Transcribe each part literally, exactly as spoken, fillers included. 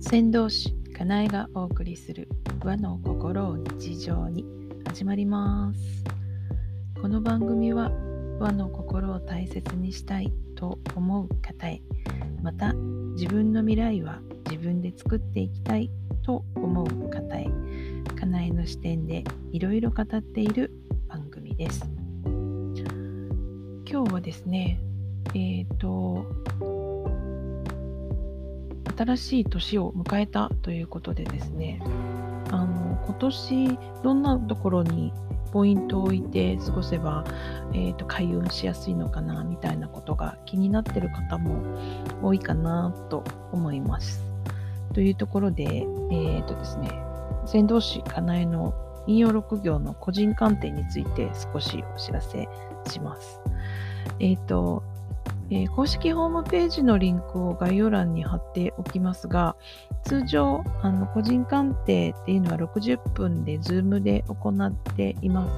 船頭師かなえがお送りする和の心を日常に始まります。この番組は和の心を大切にしたいと思う方へ、また自分の未来は自分で作っていきたいと思う方へ、かなえの視点でいろいろ語っている番組です。今日はですね、えっと新しい年を迎えたということでですね、あの今年どんなところにポイントを置いて過ごせば、えーと、開運しやすいのかなみたいなことが気になっている方も多いかなと思います。というところで、えーとですね、船頭師かなえの引用ろく行の個人鑑定について少しお知らせします。えっとえー、公式ホームページのリンクを概要欄に貼っておきますが、通常あの個人鑑定っていうのはろくじゅっぷんで Zoom で行っています。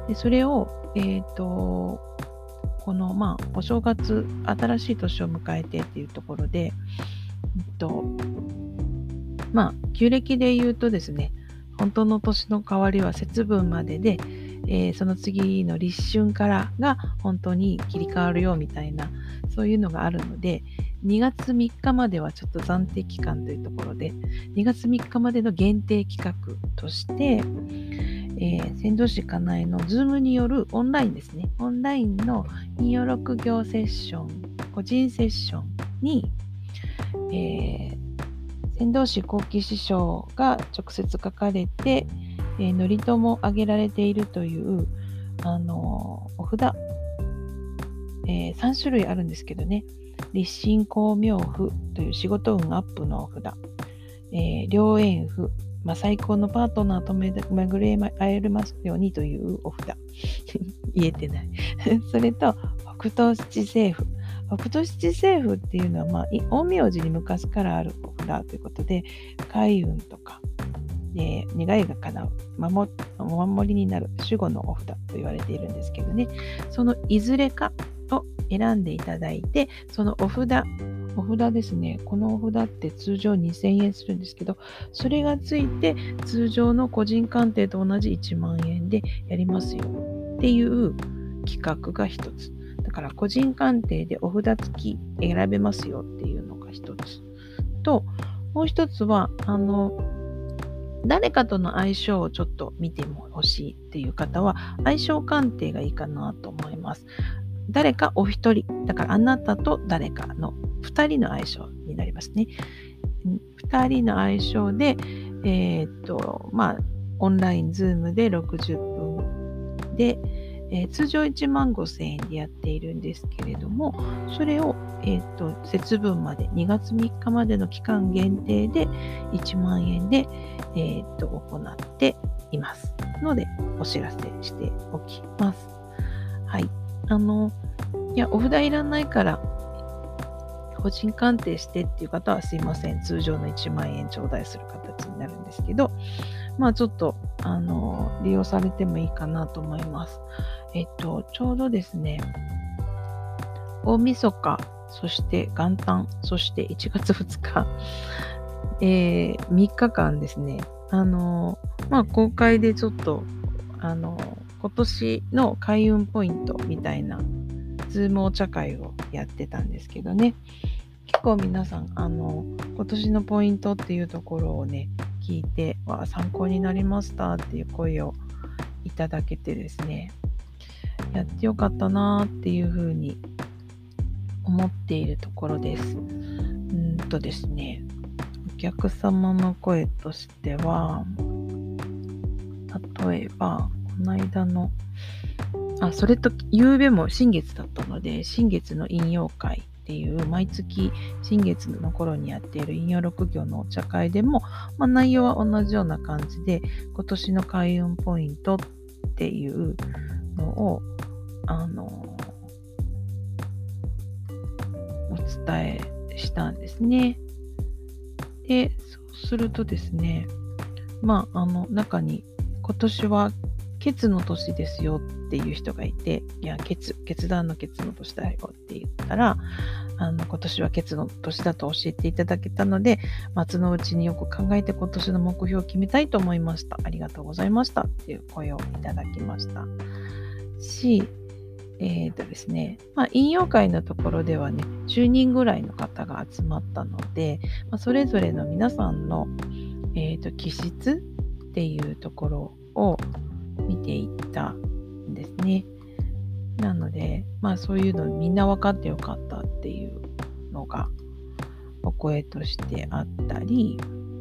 でそれを、えーと、この、まあ、お正月、新しい年を迎えてっていうところで、えっと、まあ、旧暦で言うとですね、本当の年の変わりは節分までで、えー、その次の立春からが本当に切り替わるよみたいな、そういうのがあるので、にがつみっかまではちょっと暫定期間というところで、にがつみっかまでの限定企画として、えー、船頭師かなえの Zoom によるオンラインですね、オンラインの引用ろく行セッション、個人セッションに、えー、船頭師後期師匠が直接書かれて、えー、祝詞も挙げられているという、あのー、お札、えー、さん種類あるんですけどね、立身光明符という仕事運アップのお札、えー、良縁符、まあ、最高のパートナーと巡り合えますようにというお札言えてないそれと北斗七星符、北斗七星符っていうのは、まあ、陰陽師に昔からあるお札ということで、開運とかで願いが叶う 守, お守りになる守護のお札と言われているんですけどね、そのいずれかを選んでいただいて、そのお札お札ですね、このお札って通常にせんえんするんですけど、それがついて通常の個人鑑定と同じいちまんえんでやりますよっていう企画が一つ。だから個人鑑定でお札付き選べますよっていうのが一つと、もう一つはあの誰かとの相性をちょっと見てもほしいっていう方は相性鑑定がいいかなと思います。誰かお一人、だからあなたと誰かの二人の相性になりますね。二人の相性で、えー、っとまあオンラインズームでろくじゅっぷんで、えー、通常いちまんごせんえんでやっているんですけれども、それを、えー、と節分までにがつみっかまでの期間限定でいちまんえんで、えー、と行っていますので、お知らせしておきます。はい、あのいやお札いらないから個人鑑定してっていう方はすいません、通常のいちまんえん頂戴する形になるんですけど、まあちょっとあの利用されてもいいかなと思います。えっとちょうどですね、大晦日、そして元旦、そしていちがつふつか、えー、みっかかんですね、あのまあ公開でちょっとあの今年の開運ポイントみたいなズームお茶会をやってたんですけどね、結構皆さんあの今年のポイントっていうところをね聞いて、わ参考になりましたっていう声をいただけてですね、やってよかったなっていうふうに思っているところです。うんとですね、お客様の声としては、例えばこの間のあそれと夕べも新月だったので、新月の引用会っていう毎月新月の頃にやっている引用ろく行のお茶会でも、まあ、内容は同じような感じで、今年の開運ポイントっていうのをあのお伝えしたんですね。で、そうするとですね、まああの中に今年は決の年ですよっていう人がいて、いや、決、決断の決の年だよって言ったら、あの、今年は決の年だと教えていただけたので、松のうちによく考えて今年の目標を決めたいと思いました。ありがとうございましたっていう声をいただきましたし、えーとですね、まあ、引用会のところではね、じゅうにんぐらいの方が集まったので、まあ、それぞれの皆さんの、えーと、気質っていうところを見ていったんですね。なので、まあそういうのみんな分かってよかったっていうのがお声としてあったり、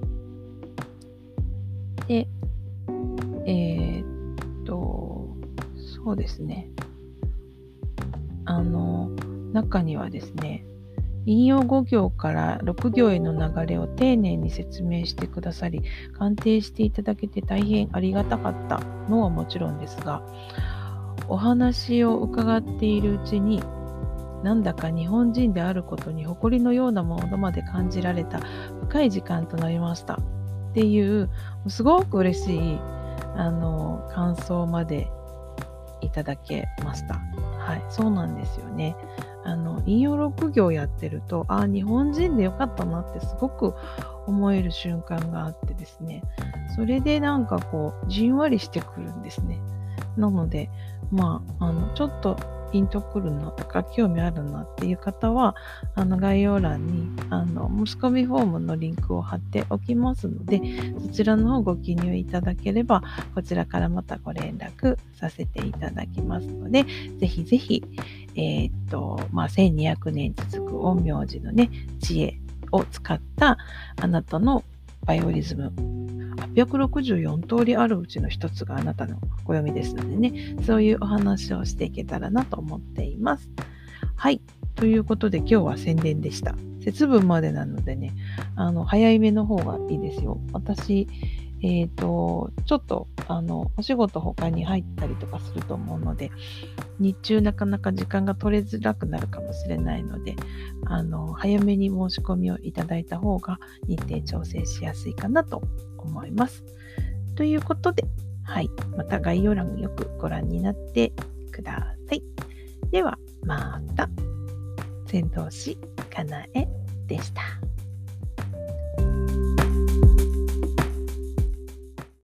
で、えーっと、そうですね。あの、中にはですね、引用ご行からろく行への流れを丁寧に説明してくださり、鑑定していただけて大変ありがたかったのはもちろんですが、お話を伺っているうちに、なんだか日本人であることに誇りのようなものまで感じられた深い時間となりましたっていう、すごく嬉しいあの感想までいただけました。はい、そうなんですよね。あの引用ろく行やってると、あ、日本人でよかったなってすごく思える瞬間があってですね、それでなんかこうじんわりしてくるんですね。なので、まあ、あのちょっとピンとくるなとか興味あるなっていう方は、あの概要欄にあの申し込みフォームのリンクを貼っておきますので、そちらの方ご記入いただければ、こちらからまたご連絡させていただきますので、ぜひぜひ、えーっと、まあ、せんにひゃくねん続く陰陽師のね、知恵を使ったあなたのバイオリズム、はっぴゃくろくじゅうよん通りあるうちの一つがあなたの暦ですのでね、そういうお話をしていけたらなと思っています。はい。ということで今日は宣伝でした。節分までなのでね、あの、早い目の方がいいですよ。私、えっと、ちょっと、あの、お仕事他に入ったりとかすると思うので、日中なかなか時間が取れづらくなるかもしれないので、あの、早めに申し込みをいただいた方が日程調整しやすいかなと思います。ということで、はい、また概要欄をよくご覧になってください。では、また。先導師かなえでした。